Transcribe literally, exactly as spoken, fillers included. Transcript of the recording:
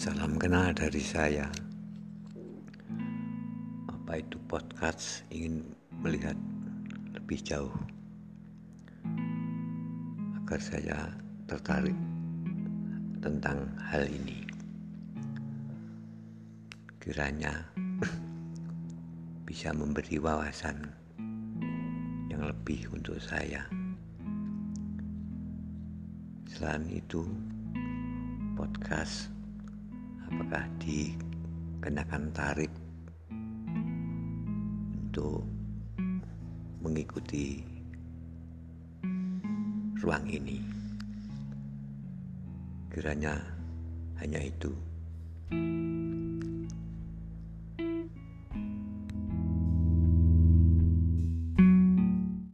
Salam kenal dari saya. Apa itu podcast? Ingin melihat lebih jauh agar saya tertarik tentang hal ini. Kiranya bisa memberi wawasan yang lebih untuk saya. Selain itu, podcast apakah dikenakan tarif untuk mengikuti ruang ini? Kiranya hanya itu.